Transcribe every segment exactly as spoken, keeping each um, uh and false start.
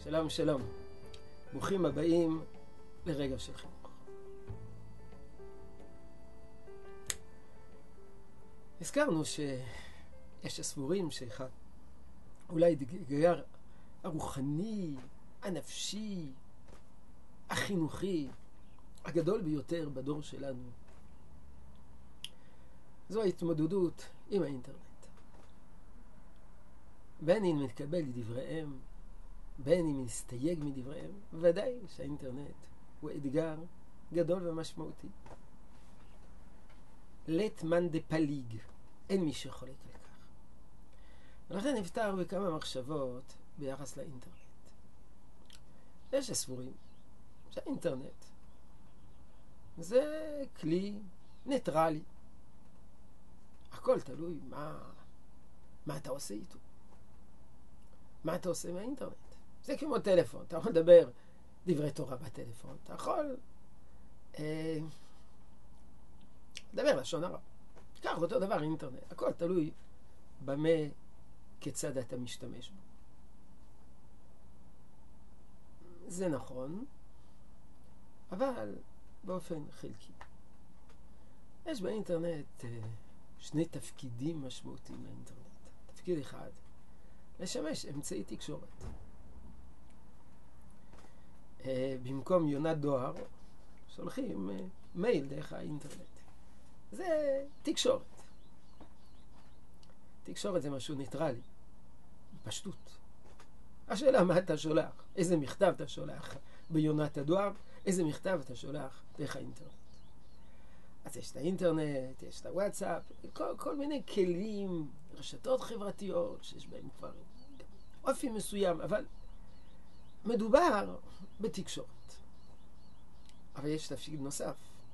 שלום שלום, ברוכים הבאים לרגע של חינוך. הזכרנו שיש הסבורים שאחד אולי האתגר הרוחני, הנפשי, החינוכי הגדול ביותר בדור שלנו זו ההתמודדות עם האינטרנט. בין אם נתקבל לדבריהם, בין אם נסתייג מדבריהם, ודאי שהאינטרנט הוא אתגר גדול ומשמעותי. לית מאן דפליג, אין מי שחולק על כך. ולכן נפתר בכמה מחשבות ביחס לאינטרנט. יש הסבורים שהאינטרנט זה כלי ניטרלי. הכל תלוי מה, מה אתה עושה איתו. מה אתה עושה מהאינטרנט? זה כמו טלפון. אתה יכול לדבר דברי תורה בטלפון. אתה יכול אה, לדבר לשון הרע. כך אותו דבר אינטרנט. הכל תלוי במה כיצד אתה משתמש בו. זה נכון, אבל באופן חלקי. יש באינטרנט אה, שני תפקידים משמעותיים לאינטרנט. תפקיד אחד, לשמש אמצעי תקשורת. אה, במקום יונת דואר, שולחים אה, מייל דרך האינטרנט. זה תקשורת. תקשורת זה משהו ניטרלי, פשטות. השאלה מה אתה שולח, איזה מכתב אתה שולח ביונת הדואר, איזה מכתב אתה שולח דרך האינטרנט. אז יש את האינטרנט, יש את הוואטסאפ, כל, כל מיני כלים, רשתות חברתיות, שיש בהם כבר אופי מסוים, אבל מדובר בתקשורת. אבל יש תפקיד נוסף,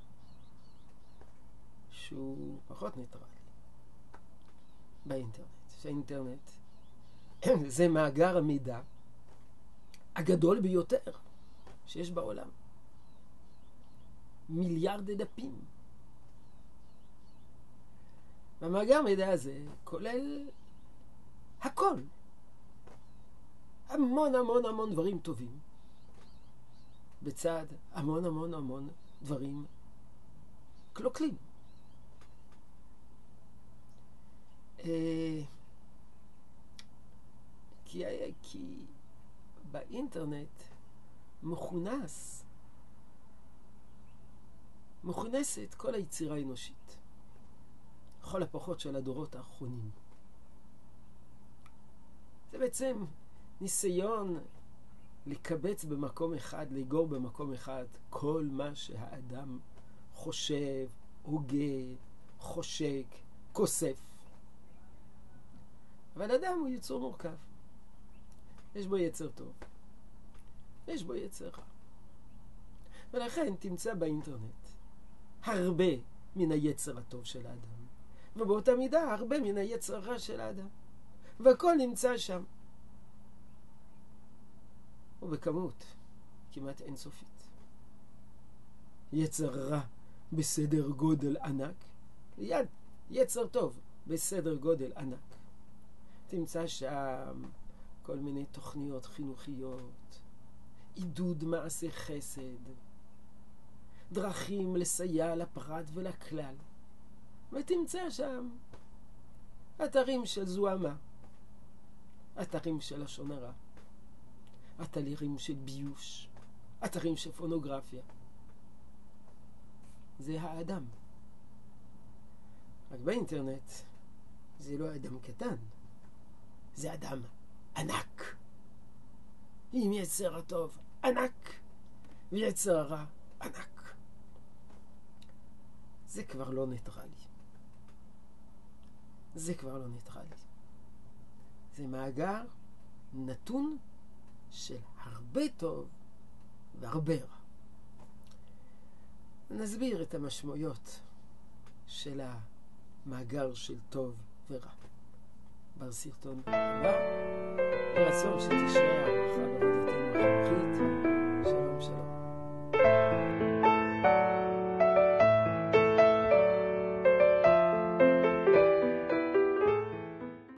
שהוא פחות ניטרלי, באינטרנט. שהאינטרנט זה מאגר המידע הגדול ביותר שיש בעולם. מיליארדי דפים. והמאגר המידע הזה כולל הכל. המון המון המון דברים טובים, בצד המון המון המון דברים קלוקלים. כי, כי באינטרנט מכונס, מכונסת כל היצירה האנושית, לכל הפחות של הדורות האחרונים. זה בעצם ניסיון לקבץ במקום אחד, לגור במקום אחד, כל מה שהאדם חושב, הוגה, חושק, כוסף. אבל אדם הוא יצור מורכב. יש בו יצר טוב, יש בו יצר רע. ולכן תמצא באינטרנט הרבה מן היצר הטוב של האדם, ובאותה מידה הרבה מן היצר הרע של האדם, והכל נמצא שם, ובכמות כמעט אינסופית. יצר רע בסדר גודל ענק, ליד יצר טוב בסדר גודל ענק. תמצא שם כל מיני תוכניות חינוכיות, עידוד מעשה חסד, דרכים לסייע לפרט ולכלל. ותמצא שם אתרים של זוהמה, אתרים של לשון הרע, אתרים של ביוש, אתרים של פורנוגרפיה. זה האדם. רק באינטרנט זה לא אדם קטן, זה אדם ענק, עם יצר הטוב ענק ויצר הרע ענק. זה כבר לא ניטרלי, זה כבר לא ניטרלי. זה מאגר נתון של הרבה טוב והרבה רע. נסביר את המשמעויות של המאגר של טוב ורע בסרטון הבא. ברצון שתשרה הערכה בעבודתנו החינוכית.